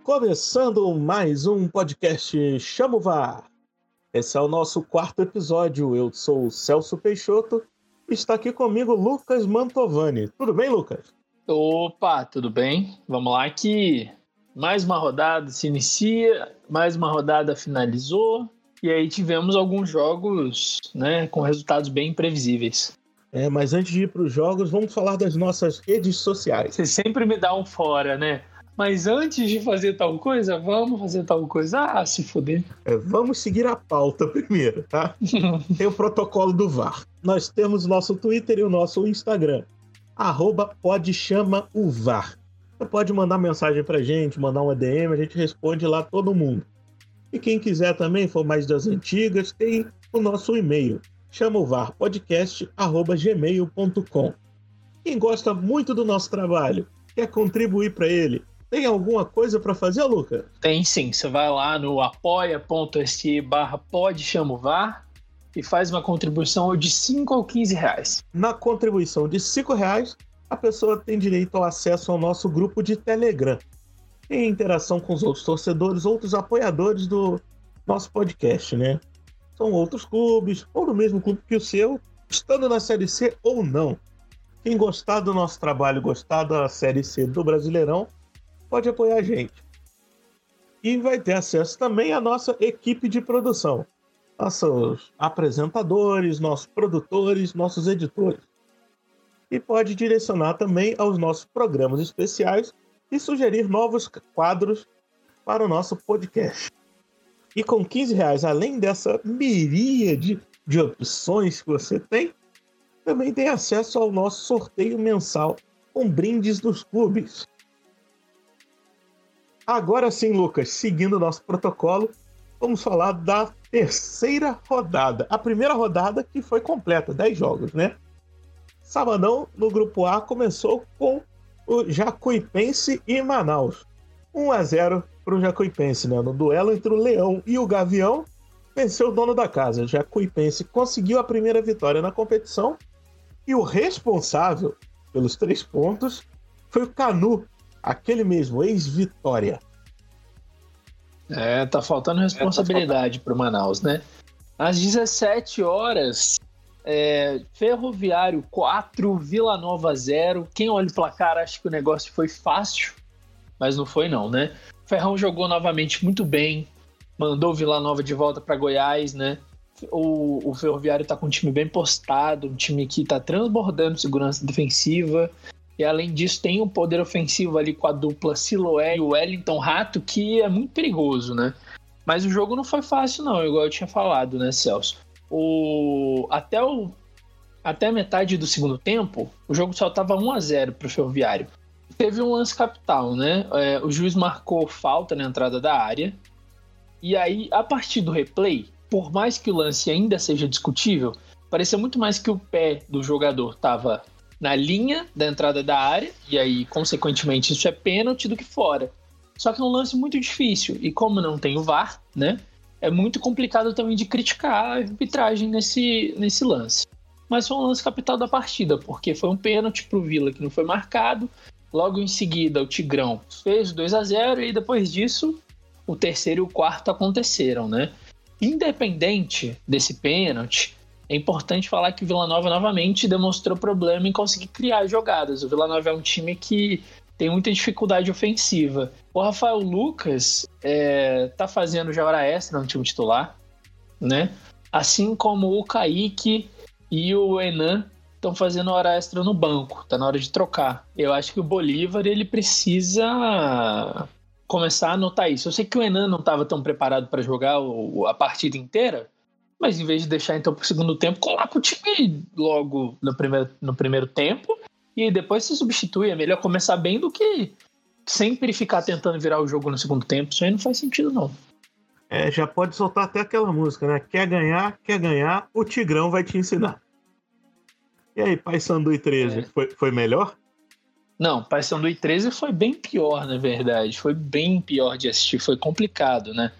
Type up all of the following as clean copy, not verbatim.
Começando mais um podcast Chama o VAR. Esse é o nosso 4º episódio. Eu sou o Celso Peixoto e está aqui comigo Lucas Mantovani. Tudo bem, Lucas? Opa, tudo bem? Vamos lá que mais uma rodada se inicia, mais uma rodada finalizou e aí tivemos alguns jogos, né, com resultados bem imprevisíveis. Mas antes de ir para os jogos, vamos falar das nossas redes sociais. Você sempre me dá um fora, né? Mas antes de fazer tal coisa, vamos fazer tal coisa. Ah, se fuder. Vamos seguir a pauta primeiro, tá? Tem o protocolo do VAR. Nós temos o nosso Twitter e o nosso Instagram. @podechamaovar. Você pode mandar mensagem pra gente, mandar uma DM, a gente responde lá todo mundo. E quem quiser também, for mais das antigas, tem o nosso e-mail, chamaovarpodcast@gmail.com. Quem gosta muito do nosso trabalho, quer contribuir para ele, tem alguma coisa para fazer, Lucas? Tem sim, você vai lá no apoia.se/podchamovar e faz uma contribuição de 5 ou 15 reais. Na contribuição de 5 reais, a pessoa tem direito ao acesso ao nosso grupo de Telegram, em interação com os outros torcedores, outros apoiadores do nosso podcast, né? São outros clubes, ou do mesmo clube que o seu, estando na Série C ou não. Quem gostar do nosso trabalho, gostar da Série C do Brasileirão, pode apoiar a gente. E vai ter acesso também à nossa equipe de produção. Nossos apresentadores, nossos produtores, nossos editores. E pode direcionar também aos nossos programas especiais e sugerir novos quadros para o nosso podcast. E com 15 reais, além dessa miríade de opções que você tem, também tem acesso ao nosso sorteio mensal com brindes dos clubes. Agora sim, Lucas, seguindo o nosso protocolo, vamos falar da terceira rodada. A primeira rodada que foi completa, 10 jogos, né? Sabadão, no Grupo A, começou com o Jacuipense e Manaus. 1-0 para o Jacuipense, né? No duelo entre o Leão e o Gavião, venceu o dono da casa. O Jacuipense conseguiu a primeira vitória na competição e o responsável pelos 3 pontos foi o Canu, aquele mesmo, ex-Vitória. Tá faltando responsabilidade para o Manaus, né? Às 17 horas, Ferroviário 4, Vila Nova 0. Quem olha o placar acha que o negócio foi fácil, mas não foi não, né? O Ferrão jogou novamente muito bem, mandou o Vila Nova de volta para Goiás, né? O Ferroviário tá com um time bem postado, um time que tá transbordando segurança defensiva, e além disso tem um poder ofensivo ali com a dupla Siloé e o Wellington Rato, que é muito perigoso, né? Mas o jogo não foi fácil não, igual eu tinha falado, né, Celso? Até a metade do segundo tempo, o jogo só tava 1-0 pro Ferroviário. Teve um lance capital, né? O juiz marcou falta na entrada da área, e aí, a partir do replay, por mais que o lance ainda seja discutível, parecia muito mais que o pé do jogador estava na linha da entrada da área, e aí, consequentemente, isso é pênalti do que fora. Só que é um lance muito difícil, e como não tem o VAR, né, é muito complicado também de criticar a arbitragem nesse lance. Mas foi um lance capital da partida, porque foi um pênalti pro Vila que não foi marcado, logo em seguida o Tigrão fez 2-0, e depois disso, o terceiro e o quarto aconteceram, né? Independente desse pênalti, é importante falar que o Vila Nova novamente demonstrou problema em conseguir criar jogadas. O Vila Nova é um time que tem muita dificuldade ofensiva. O Rafael Lucas tá fazendo já hora extra no time titular, né? Assim como o Kaique e o Enan estão fazendo hora extra no banco. Tá na hora de trocar. Eu acho que o Bolívar, ele precisa começar a notar isso. Eu sei que o Enan não estava tão preparado para jogar a partida inteira, mas em vez de deixar então pro segundo tempo, coloca o time logo no primeiro tempo e depois se substitui. É melhor começar bem do que sempre ficar tentando virar o jogo no segundo tempo. Isso aí não faz sentido, não. Já pode soltar até aquela música, né? Quer ganhar, o Tigrão vai te ensinar. E aí, Paysandu e 13, foi melhor? Não, Paysandu e 13 foi bem pior, na verdade. Foi bem pior de assistir, foi complicado, né?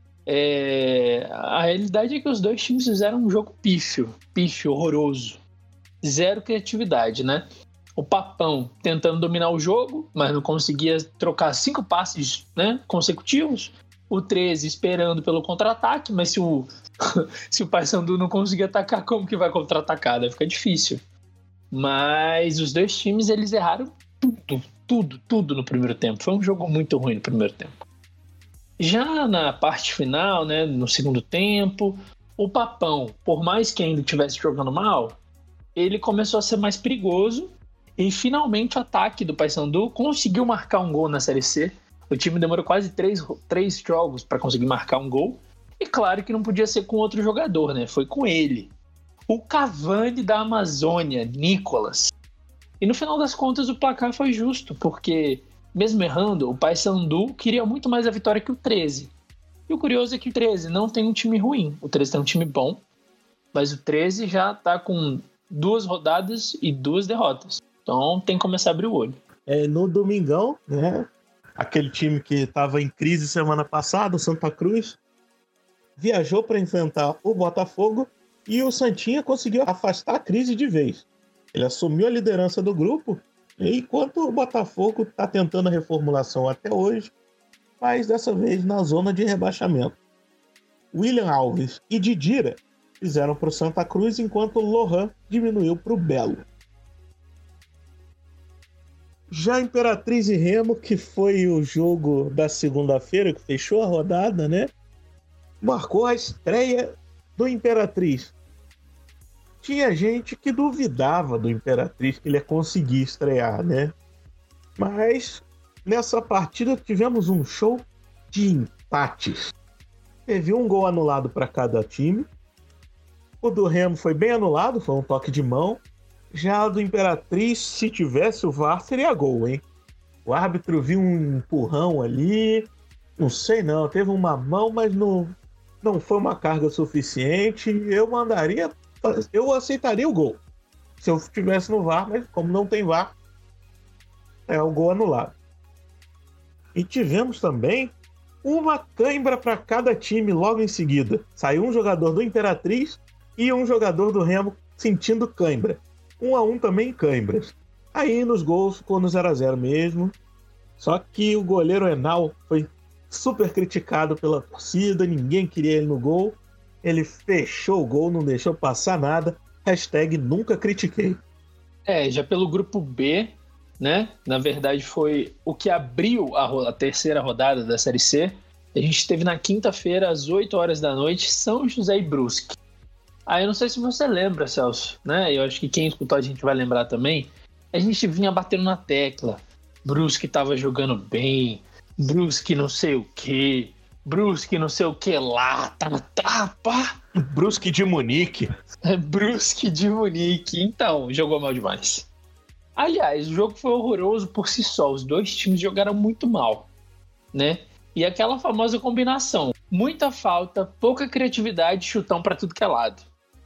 A realidade é que os dois times fizeram um jogo pífio, horroroso. Zero criatividade, né? o Papão tentando dominar o jogo, mas não conseguia trocar 5 passes, né, consecutivos. O 13 esperando pelo contra-ataque, mas se o Paysandu não conseguir atacar, como que vai contra-atacar? Vai ficar difícil. Mas os dois times, eles erraram tudo no primeiro tempo. Foi um jogo muito ruim no primeiro tempo. Já na parte final, né, no segundo tempo, o Papão, por mais que ainda estivesse jogando mal, ele começou a ser mais perigoso e finalmente o ataque do Paysandu conseguiu marcar um gol na Série C. O time demorou quase 3 jogos para conseguir marcar um gol. E claro que não podia ser com outro jogador, né? Foi com ele. O Cavani da Amazônia, Nicolas. E no final das contas o placar foi justo, porque mesmo errando, o Paysandu queria muito mais a vitória que o 13. E o curioso é que o 13 não tem um time ruim. O 13 tem um time bom, mas o 13 já está com 2 rodadas e 2 derrotas. Então tem que começar a abrir o olho. No domingão, né? Aquele time que estava em crise semana passada, o Santa Cruz, viajou para enfrentar o Botafogo e o Santinha conseguiu afastar a crise de vez. Ele assumiu a liderança do grupo, enquanto o Botafogo está tentando a reformulação até hoje, mas dessa vez na zona de rebaixamento. William Alves e Didira fizeram para o Santa Cruz, enquanto o Lohan diminuiu para o Belo. Já Imperatriz e Remo, que foi o jogo da segunda-feira, que fechou a rodada, né? Marcou a estreia do Imperatriz. Tinha gente que duvidava do Imperatriz que ele ia conseguir estrear, né? Mas nessa partida tivemos um show de empates. Teve um gol anulado para cada time. O do Remo foi bem anulado, foi um toque de mão. Já o do Imperatriz, se tivesse o VAR, seria gol, hein? O árbitro viu um empurrão ali. Não sei não, teve uma mão, mas não foi uma carga suficiente. Eu aceitaria o gol se eu estivesse no VAR, mas como não tem VAR, é o gol anulado. E tivemos também uma cãibra para cada time logo em seguida. Saiu um jogador do Imperatriz e um jogador do Remo sentindo cãibra. 1-1 também em cãibras. Aí nos gols ficou no 0-0 mesmo. Só que o goleiro Enal foi super criticado pela torcida, ninguém queria ele no gol. Ele fechou o gol, não deixou passar nada. #nunca critiquei. Já pelo grupo B, né? Na verdade foi o que abriu a terceira rodada da Série C. A gente teve na quinta-feira, às 8 horas da noite, São José e Brusque. Eu não sei se você lembra, Celso, né? Eu acho que quem escutou a gente vai lembrar também. A gente vinha batendo na tecla. Brusque tava jogando bem. Brusque não sei o quê. Brusque não sei o que lá. Pá. Brusque de Munique. Brusque de Munique. Então, jogou mal demais. Aliás, o jogo foi horroroso por si só. Os dois times jogaram muito mal, né? E aquela famosa combinação. Muita falta, pouca criatividade, chutão pra tudo que é lado.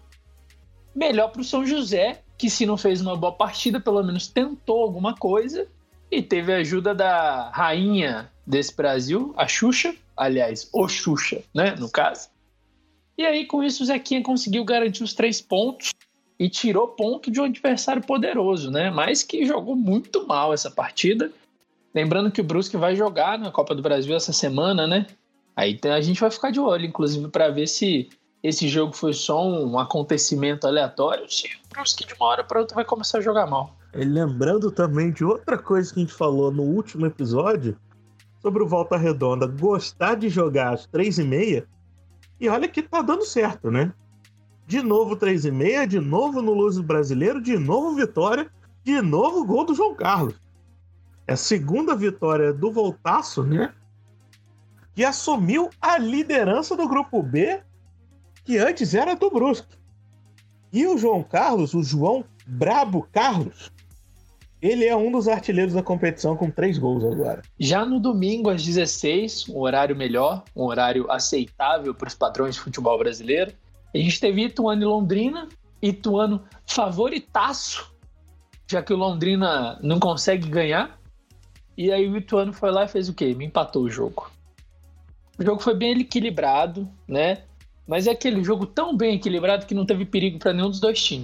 Melhor pro São José, que se não fez uma boa partida, pelo menos tentou alguma coisa. E teve a ajuda da rainha desse Brasil, a Xuxa. Aliás, o Xuxa, né, no caso. E aí, com isso, o Zequinha conseguiu garantir os 3 pontos e tirou ponto de um adversário poderoso, né? Mas que jogou muito mal essa partida. Lembrando que o Brusque vai jogar na Copa do Brasil essa semana, né? Aí a gente vai ficar de olho, inclusive, para ver se esse jogo foi só um acontecimento aleatório. Se o Brusque de uma hora para outra vai começar a jogar mal. E lembrando também de outra coisa que a gente falou no último episódio, sobre o Volta Redonda gostar de jogar às 3h30, e olha que tá dando certo, né? De novo 3h30, de novo no Luso Brasileiro, de novo vitória, de novo gol do João Carlos. É a segunda vitória do Voltaço, né? Que assumiu a liderança do grupo B, que antes era do Brusque. E o João Carlos, o João Brabo Carlos, ele é um dos artilheiros da competição com 3 gols agora. Já no domingo, às 16, um horário melhor, um horário aceitável para os padrões de futebol brasileiro, a gente teve Ituano e Londrina. Ituano favoritaço, já que o Londrina não consegue ganhar. E aí o Ituano foi lá e fez o quê? Me empatou o jogo. O jogo foi bem equilibrado, né? Mas é aquele jogo tão bem equilibrado que não teve perigo para nenhum dos dois times.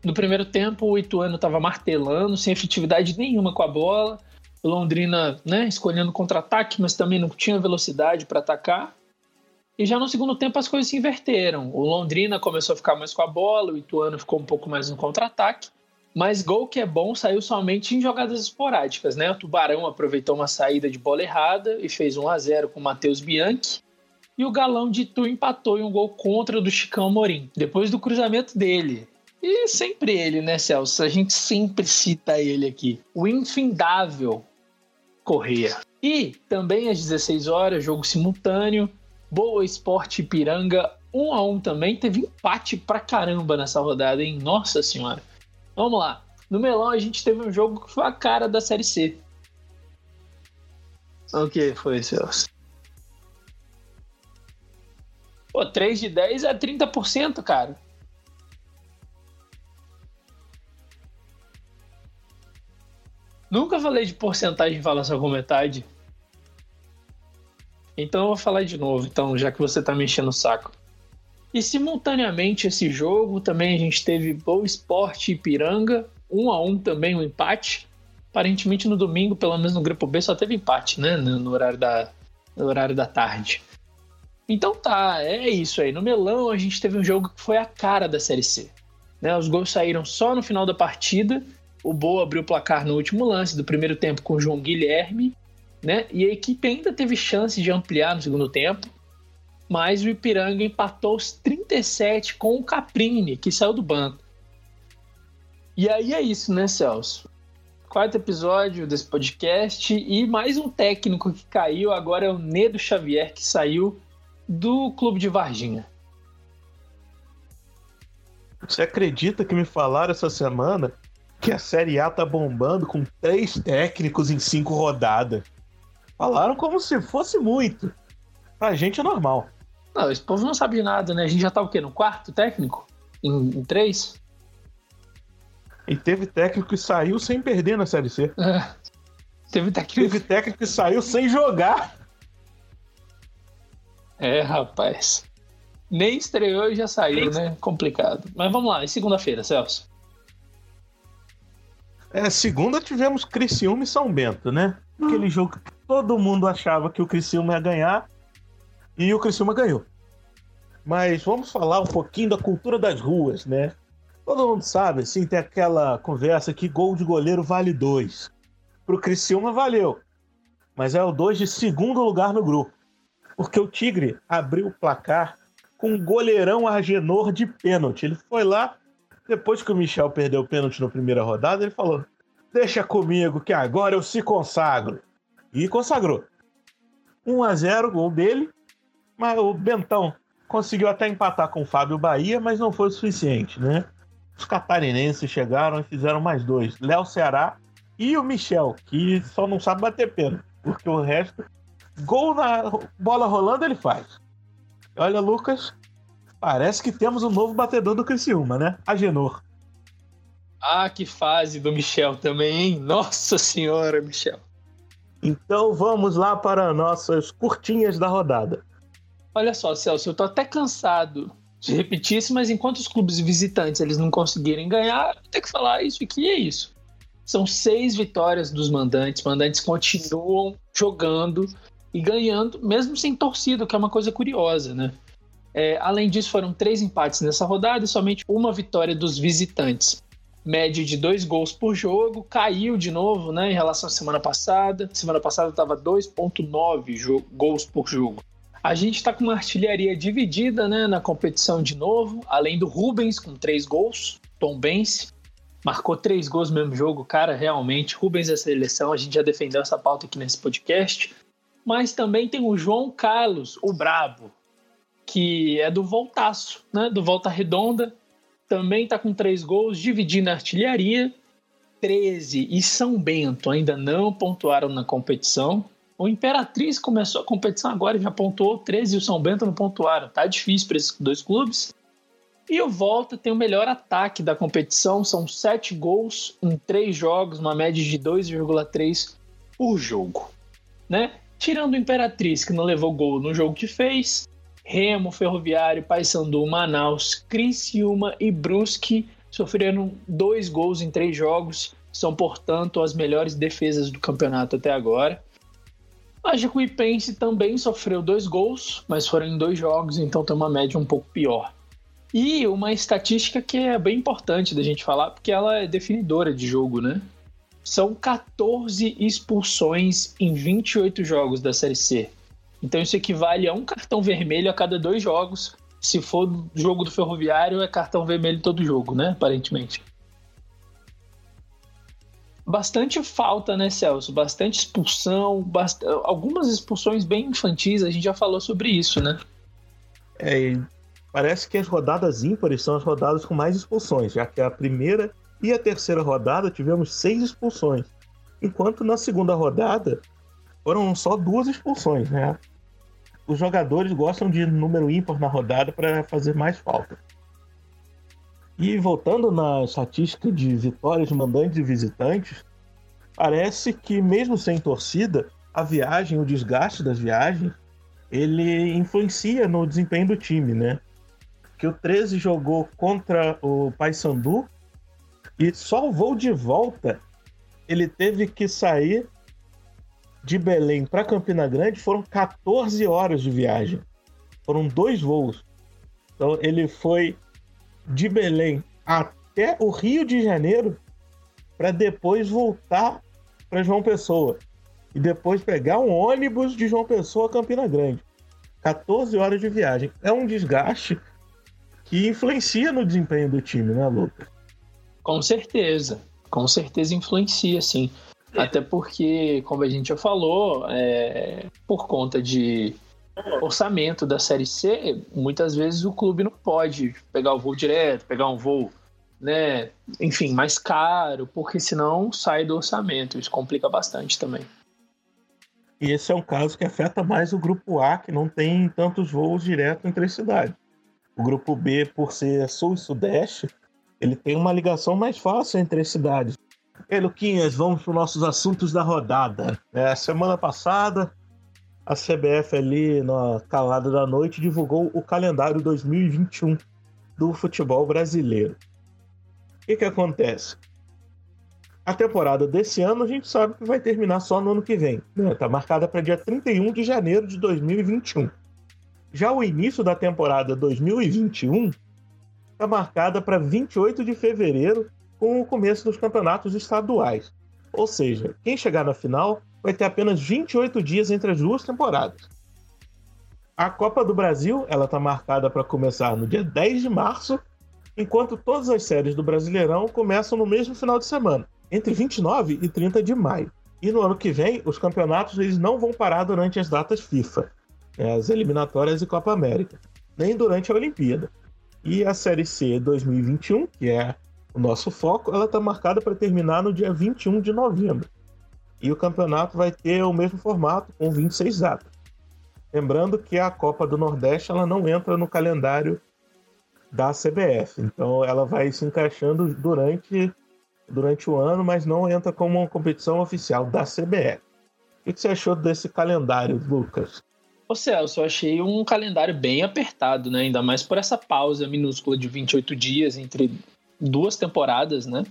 No primeiro tempo, o Ituano estava martelando, sem efetividade nenhuma com a bola. O Londrina, né, escolhendo contra-ataque, mas também não tinha velocidade para atacar. E já no segundo tempo as coisas se inverteram. O Londrina começou a ficar mais com a bola, o Ituano ficou um pouco mais no contra-ataque. Mas gol que é bom saiu somente em jogadas esporádicas, né? O Tubarão aproveitou uma saída de bola errada e fez 1-0 com o Matheus Bianchi. E o Galão de Itu empatou em um gol contra do Chicão Amorim, depois do cruzamento dele. E sempre ele, né, Celso? A gente sempre cita ele aqui. O infindável Corrêa. E também às 16 horas, jogo simultâneo, Boa Esporte Ipiranga, 1-1 também. Teve empate pra caramba nessa rodada, hein? Nossa Senhora. Vamos lá. No Melão a gente teve um jogo que foi a cara da Série C. O que foi, Celso? Pô, 3 de 10 é 30%, cara. Nunca falei de porcentagem em relação com metade. Então eu vou falar de novo, então, já que você tá me enchendo o saco. E simultaneamente esse jogo também a gente teve Boa Esporte e Ipiranga, 1-1 também, um empate. Aparentemente no domingo, pelo menos no grupo B, só teve empate, né? No horário da tarde. Então tá, é isso aí. No Melão a gente teve um jogo que foi a cara da Série C. Né? Os gols saíram só no final da partida. O Boa abriu o placar no último lance do primeiro tempo com o João Guilherme. Né? E a equipe ainda teve chance de ampliar no segundo tempo. Mas o Ipiranga empatou aos 37 com o Caprini, que saiu do banco. E aí é isso, né, Celso? 4º episódio desse podcast e mais um técnico que caiu, agora é o Nedo Xavier, que saiu do Clube de Varginha. Você acredita que me falaram essa semana que a Série A tá bombando com 3 técnicos em 5 rodadas? Falaram como se fosse muito. Pra gente é normal. Não, esse povo não sabe de nada, né? A gente já tá o quê? No 4º técnico? Em 3? E teve técnico que saiu sem perder na Série C. Teve técnico que saiu sem jogar. É, rapaz. Nem estreou e já saiu, né? Complicado. Mas vamos lá, e segunda-feira, Celso? Segunda tivemos Criciúma e São Bento, né? Aquele jogo que todo mundo achava que o Criciúma ia ganhar e o Criciúma ganhou. Mas vamos falar um pouquinho da cultura das ruas, né? Todo mundo sabe, assim, tem aquela conversa que gol de goleiro vale 2. Pro Criciúma valeu, mas é o 2 de segundo lugar no grupo. Porque o Tigre abriu o placar com um goleirão Agenor de pênalti. Ele foi lá, depois que o Michel perdeu o pênalti na primeira rodada, ele falou: deixa comigo que agora eu se consagro. E consagrou. 1-0, gol dele, mas o Bentão conseguiu até empatar com o Fábio Bahia, mas não foi o suficiente, né? Os catarinenses chegaram e fizeram mais 2. Léo Ceará e o Michel, que só não sabe bater pênalti, porque o resto, gol na bola rolando, ele faz. Olha, Lucas, parece que temos um novo batedor do Criciúma, né? Agenor. Ah, que fase do Michel também, hein? Nossa Senhora, Michel. Então vamos lá para nossas curtinhas da rodada. Olha só, Celso, eu tô até cansado de repetir isso, mas enquanto os clubes visitantes eles não conseguirem ganhar, eu tenho que falar isso aqui, é isso. São 6 vitórias dos mandantes. Mandantes continuam jogando e ganhando, mesmo sem torcida, que é uma coisa curiosa, né? Além disso, foram 3 empates nessa rodada e somente uma vitória dos visitantes. Média de 2 gols por jogo, caiu de novo, né, em relação à semana passada. Semana passada estava 2,9 gols por jogo. A gente está com uma artilharia dividida, né, na competição de novo, além do Rubens com 3 gols, Tombense marcou 3 gols no mesmo jogo. Cara, realmente, Rubens é seleção, a gente já defendeu essa pauta aqui nesse podcast. Mas também tem o João Carlos, o brabo, que é do Voltaço, né, do Volta Redonda. Também está com 3 gols, dividindo a artilharia. 13 e São Bento ainda não pontuaram na competição. O Imperatriz começou a competição agora e já pontuou. 13 e o São Bento não pontuaram. Tá difícil para esses 2 clubes. E o Volta tem o melhor ataque da competição. São 7 gols em 3 jogos, uma média de 2,3 por jogo. Né? Tirando o Imperatriz, que não levou gol no jogo que fez, Remo, Ferroviário, Paysandu, Manaus, Criciúma e Brusque sofreram 2 gols em 3 jogos, são, portanto, as melhores defesas do campeonato até agora. A Jacuipense também sofreu 2 gols, mas foram em 2 jogos, então tem uma média um pouco pior. E uma estatística que é bem importante da gente falar, porque ela é definidora de jogo, né? São 14 expulsões em 28 jogos da Série C. Então isso equivale a um cartão vermelho a cada 2 jogos. Se for do jogo do Ferroviário, é cartão vermelho todo jogo, né? Aparentemente. Bastante falta, né, Celso? Bastante expulsão, algumas expulsões bem infantis, a gente já falou sobre isso, né? Parece que as rodadas ímpares são as rodadas com mais expulsões, já que a primeira e a terceira rodada tivemos 6 expulsões, enquanto na segunda rodada foram só 2 expulsões, né? Os jogadores gostam de número ímpar na rodada para fazer mais falta. E voltando na estatística de vitórias de mandantes e visitantes, parece que mesmo sem torcida, a viagem, o desgaste das viagens, ele influencia no desempenho do time, né? Que o 13 jogou contra o Paysandu e só o voo de volta ele teve que sair de Belém para Campina Grande, foram 14 horas de viagem. Foram 2 voos. Então ele foi de Belém até o Rio de Janeiro para depois voltar para João Pessoa e depois pegar um ônibus de João Pessoa a Campina Grande. 14 horas de viagem. É um desgaste que influencia no desempenho do time, né, Lucas? Com certeza influencia, sim. Até porque, como a gente já falou, por conta de orçamento da Série C, muitas vezes o clube não pode pegar o voo direto, pegar um voo, né, enfim, mais caro, porque senão sai do orçamento. Isso complica bastante também. E esse é um caso que afeta mais o Grupo A, que não tem tantos voos diretos entre as cidades. O Grupo B, por ser sul e sudeste, ele tem uma ligação mais fácil entre as cidades. E Luquinhas, vamos para os nossos assuntos da rodada. Semana passada, a CBF ali na calada da noite divulgou o calendário 2021 do futebol brasileiro. O que acontece? A temporada desse ano a gente sabe que vai terminar só no ano que vem. Está marcada para dia 31 de janeiro de 2021. Já o início da temporada 2021 está marcada para 28 de fevereiro, com o começo dos campeonatos estaduais. Ou seja, quem chegar na final vai ter apenas 28 dias entre as 2 temporadas. A Copa do Brasil está marcada para começar no dia 10 de março, enquanto todas as séries do Brasileirão começam no mesmo final de semana, entre 29 e 30 de maio. E no ano que vem, os campeonatos eles não vão parar durante as datas FIFA, as eliminatórias e Copa América, nem durante a Olimpíada. E a Série C 2021, que é o nosso foco, ela está marcada para terminar no dia 21 de novembro. E o campeonato vai ter o mesmo formato, com 26 datas. Lembrando que a Copa do Nordeste ela não entra no calendário da CBF. Então ela vai se encaixando durante o ano, mas não entra como uma competição oficial da CBF. O que você achou desse calendário, Lucas? Ô Celso, eu achei um calendário bem apertado, né? Ainda mais por essa pausa minúscula de 28 dias entre 2 temporadas, né?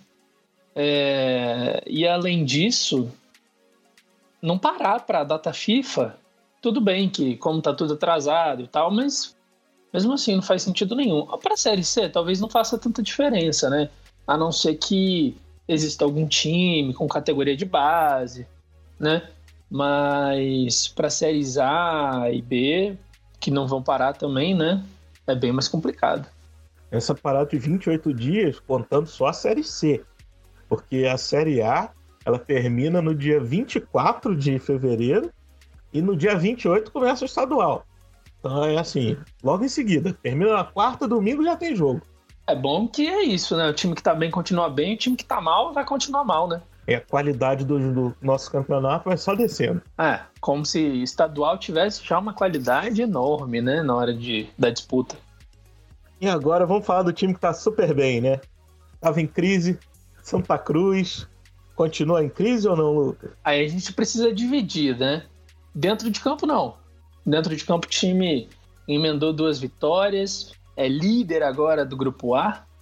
E além disso, não parar para a data FIFA, tudo bem que como tá tudo atrasado e tal, mas mesmo assim não faz sentido nenhum. Para a Série C talvez não faça tanta diferença, né? A não ser que exista algum time com categoria de base, né? Mas para séries A e B, que não vão parar também, né? É bem mais complicado. Essa parada de 28 dias, contando só a Série C. Porque a Série A, ela termina no dia 24 de fevereiro e no dia 28 começa o estadual. Então é assim, logo em seguida. Termina na quarta, domingo já tem jogo. É bom que é isso, né? O time que tá bem continua bem, o time que tá mal vai continuar mal, né? A qualidade do nosso campeonato vai só descendo. Como se estadual tivesse já uma qualidade enorme, né? Na hora da disputa. E agora vamos falar do time que tá super bem, né? Tava em crise, Santa Cruz. Continua em crise ou não, Lucas? Aí a gente precisa dividir, né? Dentro de campo, não. Dentro de campo, o time emendou 2 vitórias. É líder agora do Grupo A.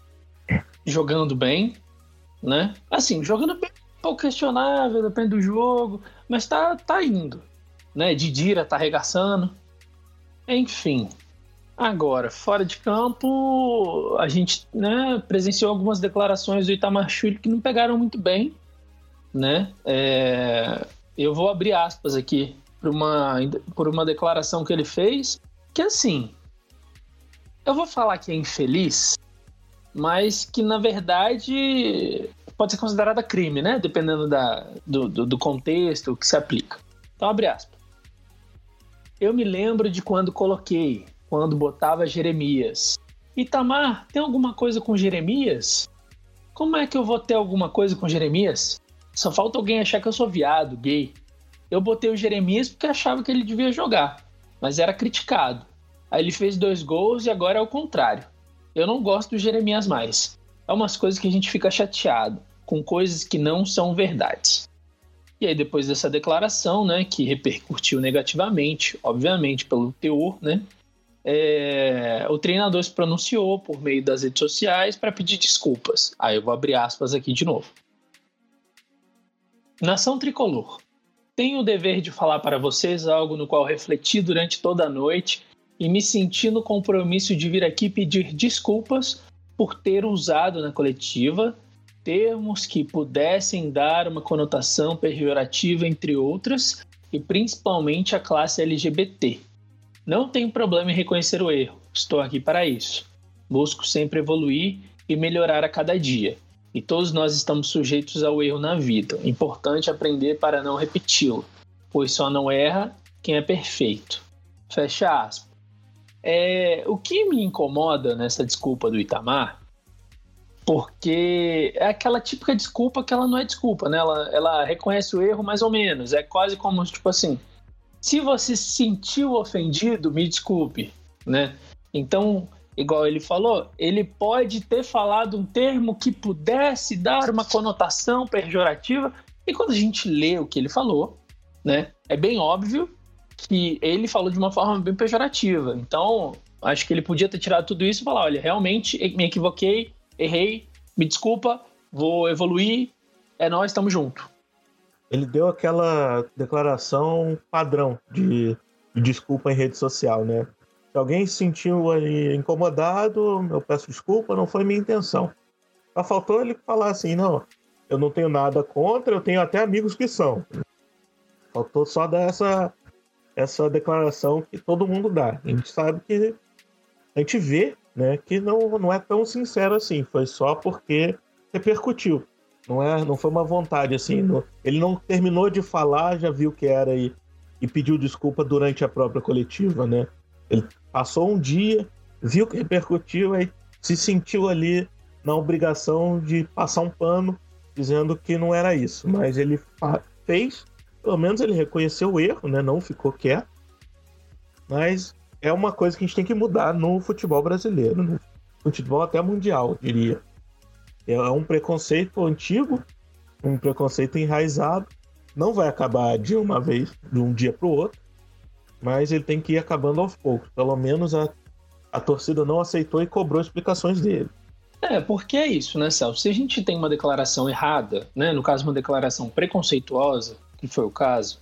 jogando bem, né? Assim, jogando bem, um pouco questionável, depende do jogo, mas tá indo, né? Didira tá arregaçando, enfim. Agora, fora de campo, a gente, né, presenciou algumas declarações do Itamar Schulli que não pegaram muito bem, né? Eu vou abrir aspas aqui por uma declaração que ele fez, que assim, eu vou falar que é infeliz, mas que na verdade pode ser considerada crime, né? Dependendo do contexto que se aplica. Então, abre aspas. Eu me lembro de quando botava Jeremias. Itamar, tem alguma coisa com Jeremias? Como é que eu vou ter alguma coisa com Jeremias? Só falta alguém achar que eu sou viado, gay. Eu botei o Jeremias porque achava que ele devia jogar, mas era criticado. Aí ele fez 2 gols e agora é o contrário. Eu não gosto do Jeremias mais. É umas coisas que a gente fica chateado, com coisas que não são verdades. E aí depois dessa declaração, né, que repercutiu negativamente, obviamente pelo teor, né, o treinador se pronunciou por meio das redes sociais para pedir desculpas. Aí eu vou abrir aspas aqui de novo. Nação Tricolor, tenho o dever de falar para vocês algo no qual refleti durante toda a noite e me senti no compromisso de vir aqui pedir desculpas por ter usado na coletiva termos que pudessem dar uma conotação pejorativa, entre outras, e principalmente a classe LGBT. Não tenho problema em reconhecer o erro, estou aqui para isso. Busco sempre evoluir e melhorar a cada dia. E todos nós estamos sujeitos ao erro na vida. Importante aprender para não repeti-lo, pois só não erra quem é perfeito. Fecha aspas. O que me incomoda nessa desculpa do Itamar, porque é aquela típica desculpa que ela não é desculpa, né? Ela reconhece o erro mais ou menos. É quase como, tipo assim, se você se sentiu ofendido, me desculpe, né? Então, igual ele falou, ele pode ter falado um termo que pudesse dar uma conotação pejorativa, e quando a gente lê o que ele falou, né, é bem óbvio que ele falou de uma forma bem pejorativa. Então, acho que ele podia ter tirado tudo isso e falar, olha, realmente me equivoquei, errei, me desculpa, vou evoluir, é nóis, estamos junto. Ele deu aquela declaração padrão de desculpa em rede social, né? Se alguém se sentiu ali incomodado, eu peço desculpa, não foi minha intenção. Só faltou ele falar assim, não, eu não tenho nada contra, eu tenho até amigos que são. Faltou só dar essa declaração que todo mundo dá. A gente sabe que a gente vê, né, que não é tão sincero assim, foi só porque repercutiu. Não foi uma vontade assim. Ele não terminou de falar, já viu que era e pediu desculpa durante a própria coletiva, né? Ele passou um dia, viu que repercutiu, aí se sentiu ali na obrigação de passar um pano dizendo que não era isso. Mas ele fez, pelo menos ele reconheceu o erro, né? Não ficou quieto. Mas é uma coisa que a gente tem que mudar no futebol brasileiro, no futebol até mundial, diria. É um preconceito antigo, um preconceito enraizado. Não vai acabar de uma vez, de um dia para o outro, mas ele tem que ir acabando aos poucos. Pelo menos a torcida não aceitou e cobrou explicações dele. Porque é isso, né, Celso? Se a gente tem uma declaração errada, né, no caso uma declaração preconceituosa, que foi o caso,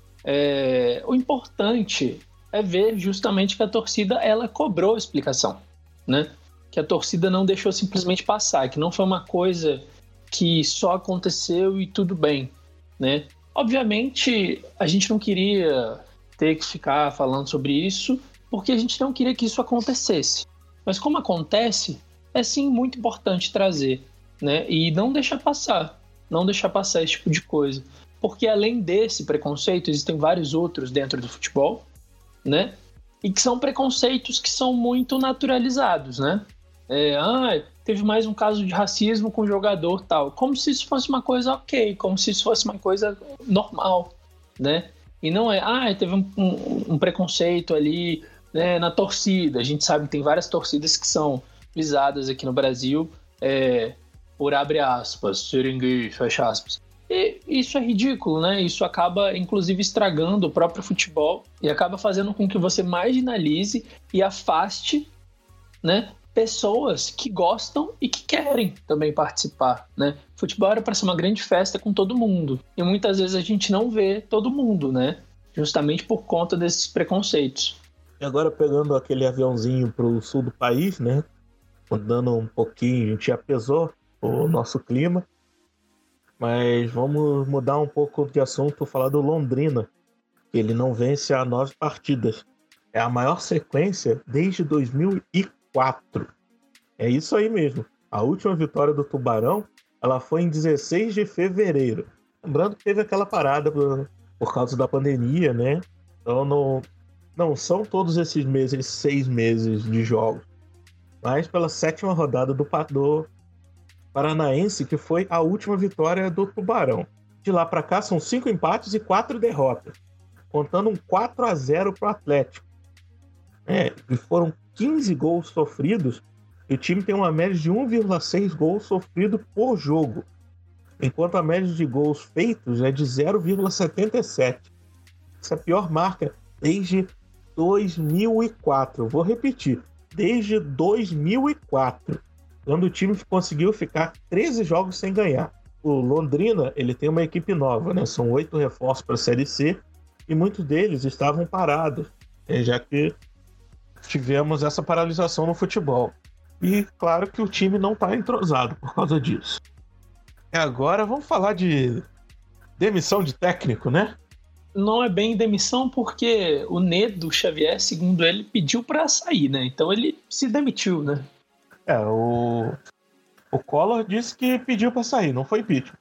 o importante é ver justamente que a torcida ela cobrou explicação, né? Que a torcida não deixou simplesmente passar, que não foi uma coisa que só aconteceu e tudo bem, né? Obviamente, a gente não queria ter que ficar falando sobre isso, porque a gente não queria que isso acontecesse. Mas como acontece, é sim muito importante trazer, né? E não deixar passar esse tipo de coisa. Porque além desse preconceito, existem vários outros dentro do futebol, né? E que são preconceitos que são muito naturalizados, né? Teve mais um caso de racismo com jogador tal, como se isso fosse uma coisa ok, como se isso fosse uma coisa normal, né? E não teve um preconceito ali, né, na torcida. A gente sabe que tem várias torcidas que são visadas aqui no Brasil por abre aspas, serem gays, fecha aspas. E isso é ridículo, né? Isso acaba, inclusive, estragando o próprio futebol e acaba fazendo com que você marginalize e afaste, né, pessoas que gostam e que querem também participar, né? Futebol era para ser uma grande festa com todo mundo. E muitas vezes a gente não vê todo mundo, né? Justamente por conta desses preconceitos. E agora pegando aquele aviãozinho pro sul do país, né? Mudando um pouquinho, a gente já pesou o nosso clima. Mas vamos mudar um pouco de assunto, falar do Londrina. Ele não vence há 9 partidas. É a maior sequência desde 2004. É isso aí mesmo. A última vitória do Tubarão, ela foi em 16 de fevereiro. Lembrando que teve aquela parada por causa da pandemia, né? Então não são todos esses meses, 6 meses de jogos. Mas pela 7ª rodada do Paranaense, que foi a última vitória do Tubarão. De lá para cá são 5 empates e 4 derrotas, contando um 4-0 para o Atlético. E foram 15 gols sofridos, e o time tem uma média de 1,6 gols sofridos por jogo, enquanto a média de gols feitos é de 0,77. Essa é a pior marca desde 2004. Vou repetir, desde 2004, quando o time conseguiu ficar 13 jogos sem ganhar. O Londrina, ele tem uma equipe nova, né? São 8 reforços para a Série C, e muitos deles estavam parados, já que tivemos essa paralisação no futebol. E claro que o time não está entrosado por causa disso. E agora vamos falar de demissão de técnico, né? Não é bem demissão porque o Nedo Xavier, segundo ele, pediu para sair, né? Então ele se demitiu, né? O Collor disse que pediu para sair, não foi impeachment.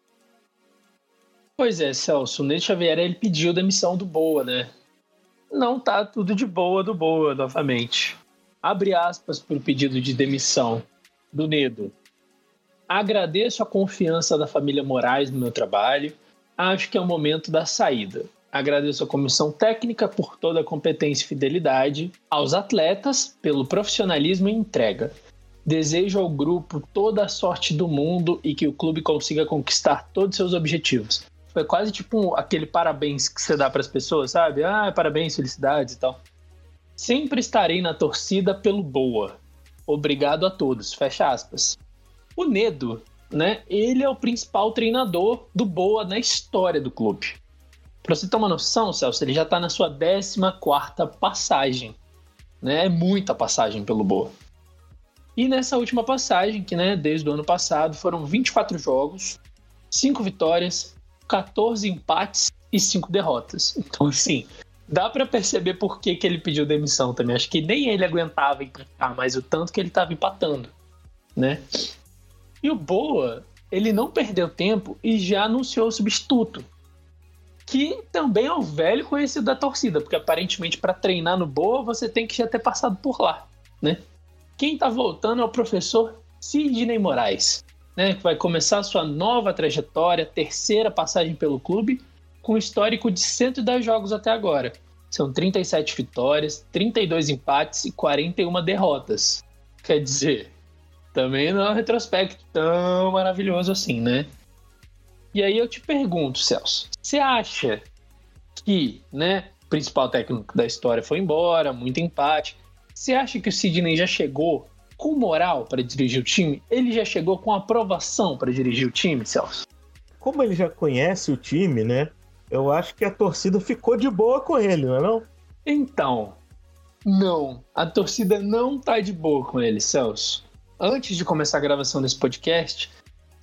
Pois é, Celso, o Nedo Xavier, ele pediu demissão do Boa, né? Não tá tudo de boa do Boa, novamente. Abre aspas para o pedido de demissão do Nedo. Agradeço a confiança da família Moraes no meu trabalho. Acho que é o momento da saída. Agradeço à comissão técnica por toda a competência e fidelidade, aos atletas pelo profissionalismo e entrega. Desejo ao grupo toda a sorte do mundo e que o clube consiga conquistar todos os seus objetivos. Foi quase tipo aquele parabéns que você dá para as pessoas, sabe? Parabéns, felicidades e tal. Sempre estarei na torcida pelo Boa. Obrigado a todos. Fecha aspas. O Nedo, né? Ele é o principal treinador do Boa na história do clube. Para você ter uma noção, Celso, ele já está na sua 14ª passagem. Né? É muita passagem pelo Boa. E nessa última passagem, que né, desde o ano passado, foram 24 jogos, 5 vitórias, 14 empates e 5 derrotas. Então, assim, dá para perceber por que ele pediu demissão também. Acho que nem ele aguentava empatar, mas o tanto que ele estava empatando, né? E o Boa, ele não perdeu tempo e já anunciou o substituto, que também é um velho conhecido da torcida, porque aparentemente para treinar no Boa você tem que já ter passado por lá, né? Quem está voltando é o professor Sidney Moraes, né, que vai começar sua nova trajetória, 3ª passagem pelo clube, com histórico de 110 jogos até agora. São 37 vitórias, 32 empates e 41 derrotas. Quer dizer, também não é um retrospecto tão maravilhoso assim, né? E aí eu te pergunto, Celso, você acha que, né, o principal técnico da história foi embora, muito empate, você acha que o Sidney já chegou com moral para dirigir o time? Ele já chegou com aprovação para dirigir o time, Celso? Como ele já conhece o time, né? Eu acho que a torcida ficou de boa com ele, não é não? Então, não. A torcida não tá de boa com ele, Celso. Antes de começar a gravação desse podcast,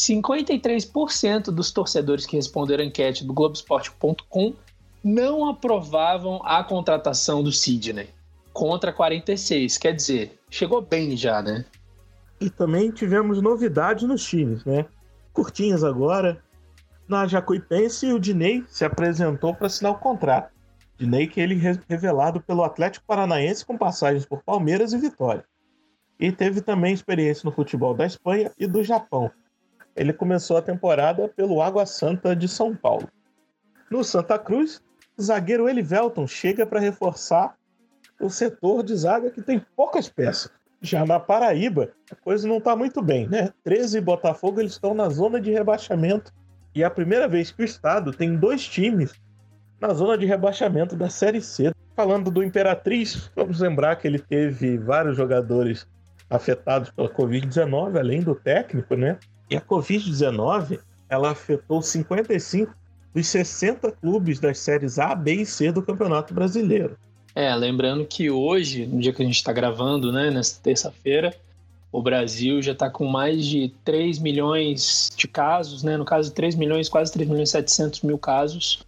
53% dos torcedores que responderam a enquete do Globoesporte.com não aprovavam a contratação do Sidney. Contra 46, quer dizer, chegou bem já, né? E também tivemos novidades nos times, né? Curtinhas agora. Na Jacuipense, o Dinei se apresentou para assinar o contrato. Dinei que ele revelado pelo Atlético Paranaense com passagens por Palmeiras e Vitória. E teve também experiência no futebol da Espanha e do Japão. Ele começou a temporada pelo Água Santa de São Paulo. No Santa Cruz, o zagueiro Elivelton chega para reforçar o setor de zaga que tem poucas peças. Já na Paraíba, a coisa não está muito bem, né? 13 e Botafogo eles estão na zona de rebaixamento e é a primeira vez que o estado tem 2 times na zona de rebaixamento da Série C. Falando do Imperatriz, vamos lembrar que ele teve vários jogadores afetados pela Covid-19, além do técnico, né? E a Covid-19, ela afetou 55 dos 60 clubes das séries A, B e C do Campeonato Brasileiro. Lembrando que hoje, no dia que a gente está gravando, né, nessa terça-feira, o Brasil já está com mais de 3 milhões de casos, né? No caso, 3 milhões, quase 3 milhões e 700 mil casos,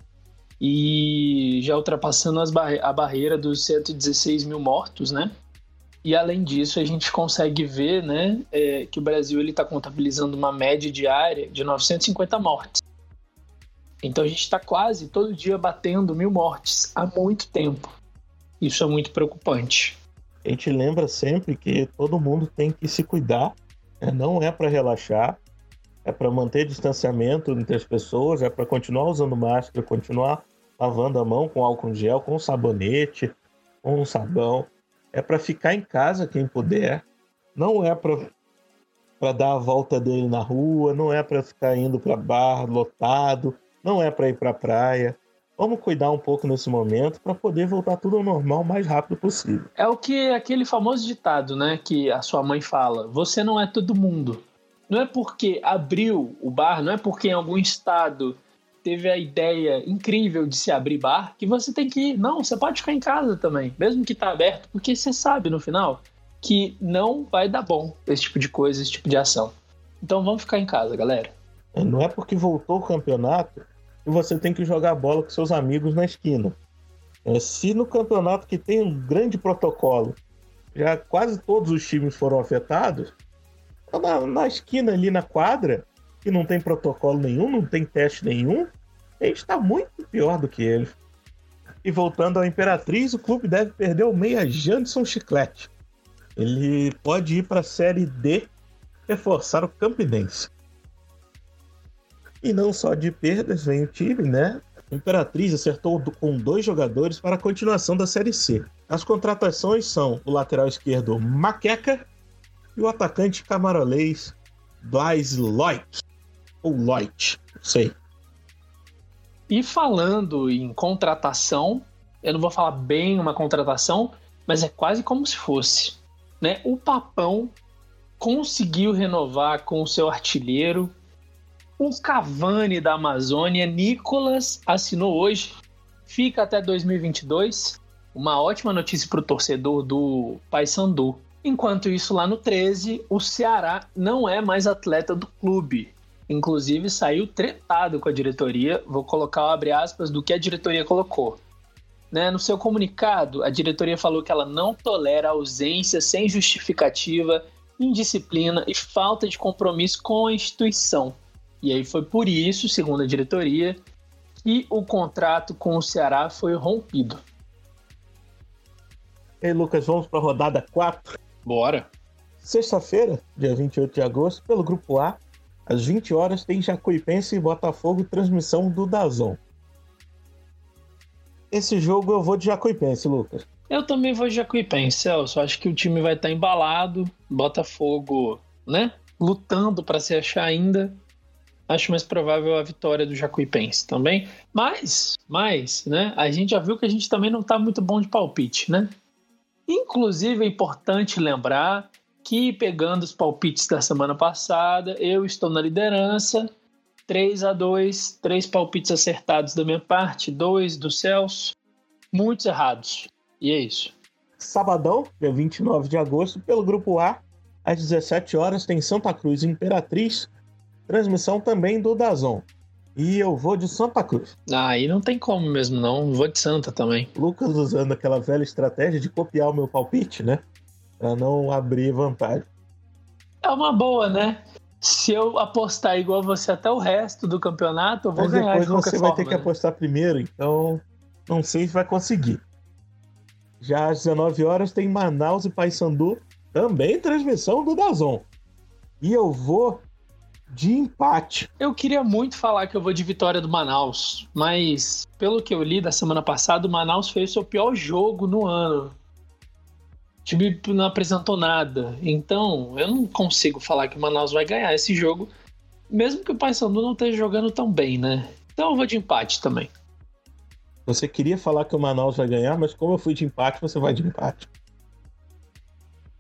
e já ultrapassando a barreira dos 116 mil mortos, né? E além disso, a gente consegue ver, né, que o Brasil está contabilizando uma média diária de 950 mortes. Então a gente está quase todo dia batendo 1.000 mortes há muito tempo. Isso é muito preocupante. A gente lembra sempre que todo mundo tem que se cuidar, né? Não é para relaxar, é para manter distanciamento entre as pessoas, é para continuar usando máscara, continuar lavando a mão com álcool gel, com sabonete, com sabão. É para ficar em casa quem puder. Não é para dar a volta dele na rua, não é para ficar indo para bar lotado, não é para ir para praia. Vamos cuidar um pouco nesse momento para poder voltar tudo ao normal o mais rápido possível. É o que aquele famoso ditado, né, que a sua mãe fala: você não é todo mundo. Não é porque abriu o bar, não é porque em algum estado teve a ideia incrível de se abrir bar que você tem que ir. Não, você pode ficar em casa também, mesmo que tá aberto, porque você sabe no final que não vai dar bom esse tipo de coisa, esse tipo de ação. Então vamos ficar em casa, galera. Não é porque voltou o campeonato que você tem que jogar bola com seus amigos na esquina. Se no campeonato que tem um grande protocolo, já quase todos os times foram afetados, na esquina ali na quadra, que não tem protocolo nenhum, não tem teste nenhum, a gente está muito pior do que eles. E voltando ao Imperatriz, o clube deve perder o meia Janderson Chiclete. Ele pode ir para a Série D, reforçar o Campinense. E não só de perdas vem o time, né? A Imperatriz acertou com 2 jogadores para a continuação da Série C. As contratações são o lateral esquerdo Maqueca e o atacante camarolês Blaise Loit. Ou Loit, não sei. E falando em contratação, eu não vou falar bem uma contratação, mas é quase como se fosse, né? O Papão conseguiu renovar com o seu artilheiro. O Cavani da Amazônia, Nicolas, assinou hoje, fica até 2022. Uma ótima notícia para o torcedor do Paysandu. Enquanto isso, lá no 13, o Ceará não é mais atleta do clube. Inclusive, saiu tretado com a diretoria. Vou colocar o abre aspas do que a diretoria colocou. No seu comunicado, a diretoria falou que ela não tolera ausência sem justificativa, indisciplina e falta de compromisso com a instituição. E aí foi por isso, segundo a diretoria, que o contrato com o Ceará foi rompido. E aí, Lucas, vamos para a rodada 4? Bora! Sexta-feira, dia 28 de agosto, pelo Grupo A, às 20 horas, tem Jacuipense e Botafogo, transmissão do DAZN. Esse jogo eu vou de Jacuipense, Lucas. Eu também vou de Jacuipense, Celso. Acho que o time vai estar embalado, Botafogo, né, lutando para se achar ainda. Acho mais provável a vitória do Jacuipense também. Mas, né, a gente já viu que a gente também não está muito bom de palpite, né? Inclusive, é importante lembrar que, pegando os palpites da semana passada, eu estou na liderança, 3-2, 3 palpites acertados da minha parte, 2 do Celso, muitos errados. E é isso. Sabadão, dia 29 de agosto, pelo Grupo A, às 17 horas, tem Santa Cruz e Imperatriz, transmissão também do DAZN. E eu vou de Santa Cruz. Aí não tem como mesmo não, vou de Santa também. Lucas usando aquela velha estratégia de copiar o meu palpite, né? Pra não abrir vantagem. É uma boa, né? Se eu apostar igual você até o resto do campeonato, eu vou ganhar de qualquer forma. Mas depois você vai ter que apostar primeiro, então não sei se vai conseguir. Já às 19 horas tem Manaus e Paysandu, também transmissão do DAZN. E eu vou de empate. Eu queria muito falar que eu vou de vitória do Manaus, mas pelo que eu li da semana passada, o Manaus fez o seu pior jogo no ano. O time não apresentou nada. Então, eu não consigo falar que o Manaus vai ganhar esse jogo, mesmo que o Paysandu não esteja jogando tão bem, né? Então eu vou de empate também. Você queria falar que o Manaus vai ganhar, mas como eu fui de empate, você vai de empate.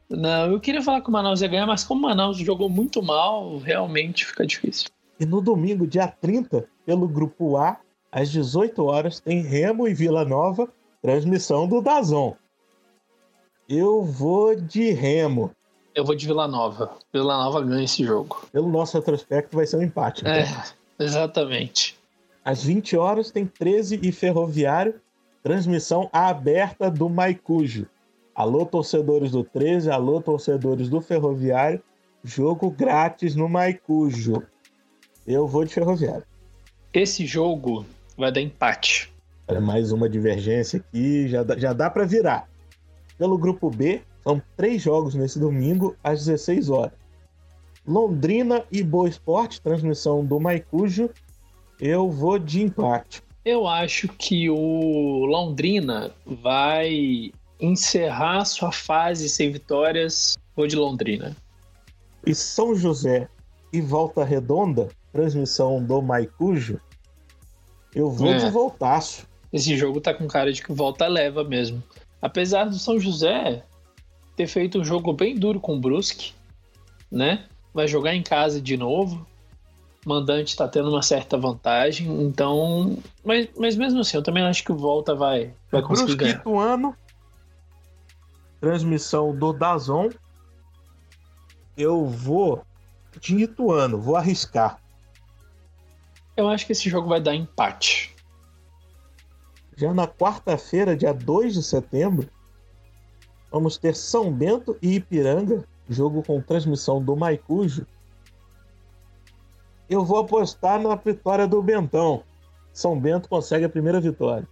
Não, eu queria falar que o Manaus ia ganhar, mas como o Manaus jogou muito mal, realmente fica difícil. E no domingo, dia 30, pelo Grupo A, às 18 horas, tem Remo e Vila Nova, transmissão do DAZN. Eu vou de Remo. Eu vou de Vila Nova. Vila Nova ganha esse jogo. Pelo nosso retrospecto, vai ser um empate. Então. Exatamente. Às 20 horas, tem 13 e Ferroviário, transmissão aberta do Maicujo. Alô, torcedores do 13, alô, torcedores do Ferroviário, jogo grátis no Maicujo. Eu vou de Ferroviário. Esse jogo vai dar empate. Olha, mais uma divergência aqui, já dá para virar. Pelo Grupo B, são 3 jogos nesse domingo, às 16 horas. Londrina e Boa Esporte, transmissão do Maicujo. Eu vou de empate. Eu acho que o Londrina vai encerrar sua fase sem vitórias. Vou de Londrina. E São José e Volta Redonda, transmissão do Maicujo. Eu vou de Voltaço. Esse jogo tá com cara de que Volta leva mesmo. Apesar do São José ter feito um jogo bem duro com o Brusque, né? Vai jogar em casa de novo. O mandante tá tendo uma certa vantagem, então... Mas mesmo assim, eu também acho que o Volta vai conseguir ganhar. Brusque Ituano, transmissão do DAZN. Eu vou de Ituano, vou arriscar. Eu acho que esse jogo vai dar empate. Já na quarta-feira, dia 2 de setembro, vamos ter São Bento e Ipiranga, jogo com transmissão do Maicujo. Eu vou apostar na vitória do Bentão. São Bento consegue a primeira vitória.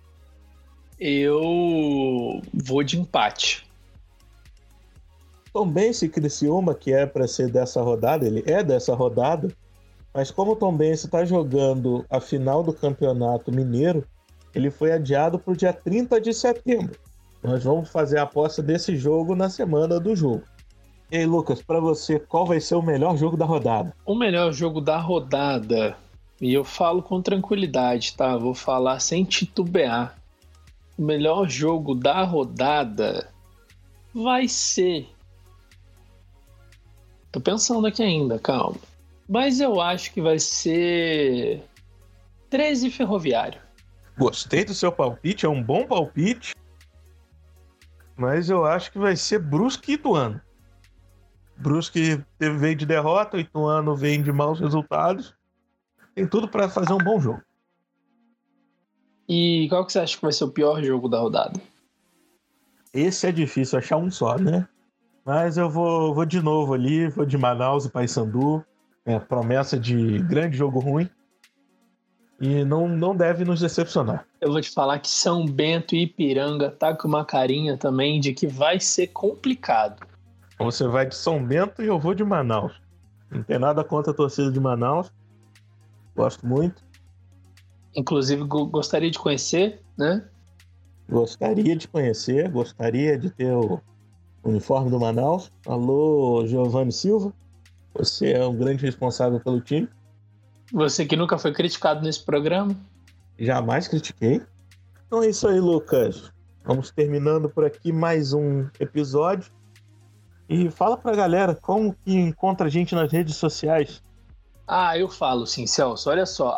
Eu vou de empate. Tombense e Criciúma, que é para ser dessa rodada, ele é dessa rodada, mas como o Tombense está jogando a final do Campeonato Mineiro, ele foi adiado para o dia 30 de setembro. Nós vamos fazer a aposta desse jogo na semana do jogo. E aí, Lucas, para você, qual vai ser o melhor jogo da rodada? O melhor jogo da rodada, e eu falo com tranquilidade, tá? Vou falar sem titubear. O melhor jogo da rodada vai ser... Tô pensando aqui ainda, calma. Mas eu acho que vai ser 13 Ferroviário. Gostei do seu palpite, é um bom palpite. Mas eu acho que vai ser Brusque e Ituano. Brusque veio de derrota, o Ituano vem de maus resultados. Tem tudo para fazer um bom jogo. E qual que você acha que vai ser o pior jogo da rodada? Esse é difícil achar um só, né? Mas eu vou de novo ali, vou de Manaus e Paysandu. Promessa de grande jogo ruim. E não deve nos decepcionar. Eu vou te falar que São Bento e Ipiranga tá com uma carinha também de que vai ser complicado. Você vai de São Bento e eu vou de Manaus. Não tem nada contra a torcida de Manaus. Gosto muito. Inclusive, gostaria de conhecer, né? Gostaria de conhecer, gostaria de ter o uniforme do Manaus. Alô, Giovanni Silva. Você é um grande responsável pelo time. Você que nunca foi criticado nesse programa. Jamais critiquei. Então é isso aí, Lucas. Vamos terminando por aqui mais um episódio. E fala pra galera como que encontra a gente nas redes sociais. Eu falo sim, Celso. Olha só,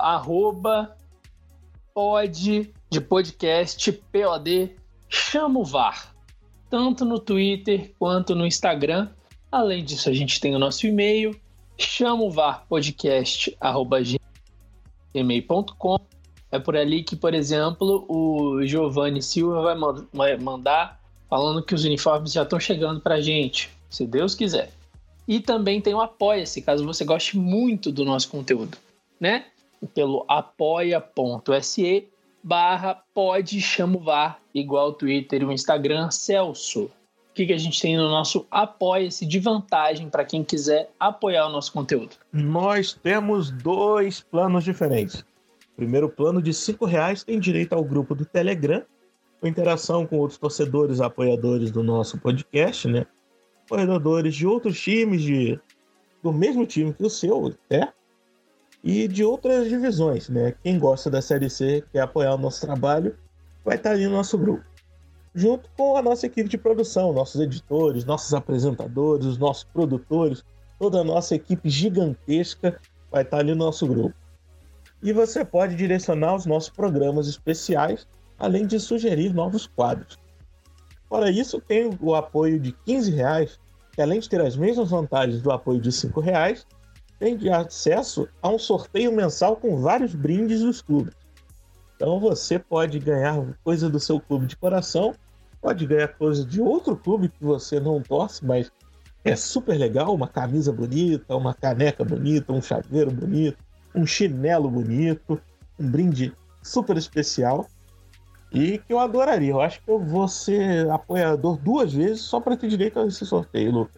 @pod de podcast POD chama o VAR. Tanto no Twitter quanto no Instagram. Além disso, a gente tem o nosso e-mail, chamovarpodcast@gmail.com. É por ali que, por exemplo, o Giovanni Silva vai mandar falando que os uniformes já estão chegando pra gente, se Deus quiser. E também tem o Apoia-se, caso você goste muito do nosso conteúdo, né? Pelo apoia.se/podchamovar, igual o Twitter e o Instagram. Celso, o que a gente tem no nosso Apoia-se de vantagem para quem quiser apoiar o nosso conteúdo? Nós temos 2 planos diferentes. O primeiro plano de R$5 tem direito ao grupo do Telegram, com interação com outros torcedores apoiadores do nosso podcast, né? Apoiadores de outros times, do mesmo time que o seu, até, e de outras divisões, né? Quem gosta da Série C, quer apoiar o nosso trabalho, vai estar ali no nosso grupo. junto com a nossa equipe de produção, nossos editores, nossos apresentadores, os nossos produtores, toda a nossa equipe gigantesca vai estar ali no nosso grupo. E você pode direcionar os nossos programas especiais, além de sugerir novos quadros. Fora isso, tem o apoio de R$ 15, que além de ter as mesmas vantagens do apoio de R$ 5, tem de acesso a um sorteio mensal com vários brindes dos clubes. Então você pode ganhar coisa do seu clube de coração, pode ganhar coisa de outro clube que você não torce, mas é super legal, uma camisa bonita, uma caneca bonita, um chaveiro bonito, um chinelo bonito, um brinde super especial e que eu adoraria. Eu acho que eu vou ser apoiador 2 vezes só para ter direito a esse sorteio, Lucas.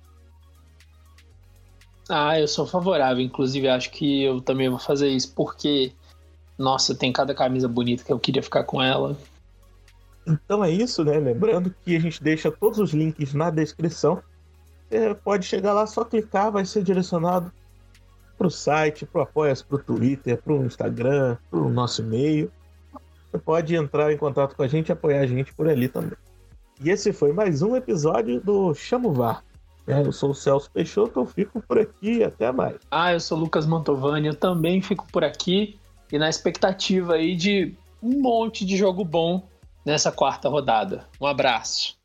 Eu sou favorável. Inclusive, acho que eu também vou fazer isso, porque, nossa, tem cada camisa bonita que eu queria ficar com ela. Então é isso, né? Lembrando que a gente deixa todos os links na descrição. Você pode chegar lá, só clicar, vai ser direcionado para o site, para o Apoia-se, para o Twitter, para o Instagram, para o nosso e-mail. Você pode entrar em contato com a gente e apoiar a gente por ali também. E esse foi mais um episódio do Chama o VAR. Eu sou o Celso Peixoto, eu fico por aqui e até mais. Eu sou o Lucas Mantovani, eu também fico por aqui e na expectativa aí de um monte de jogo bom nessa 4ª rodada. Um abraço.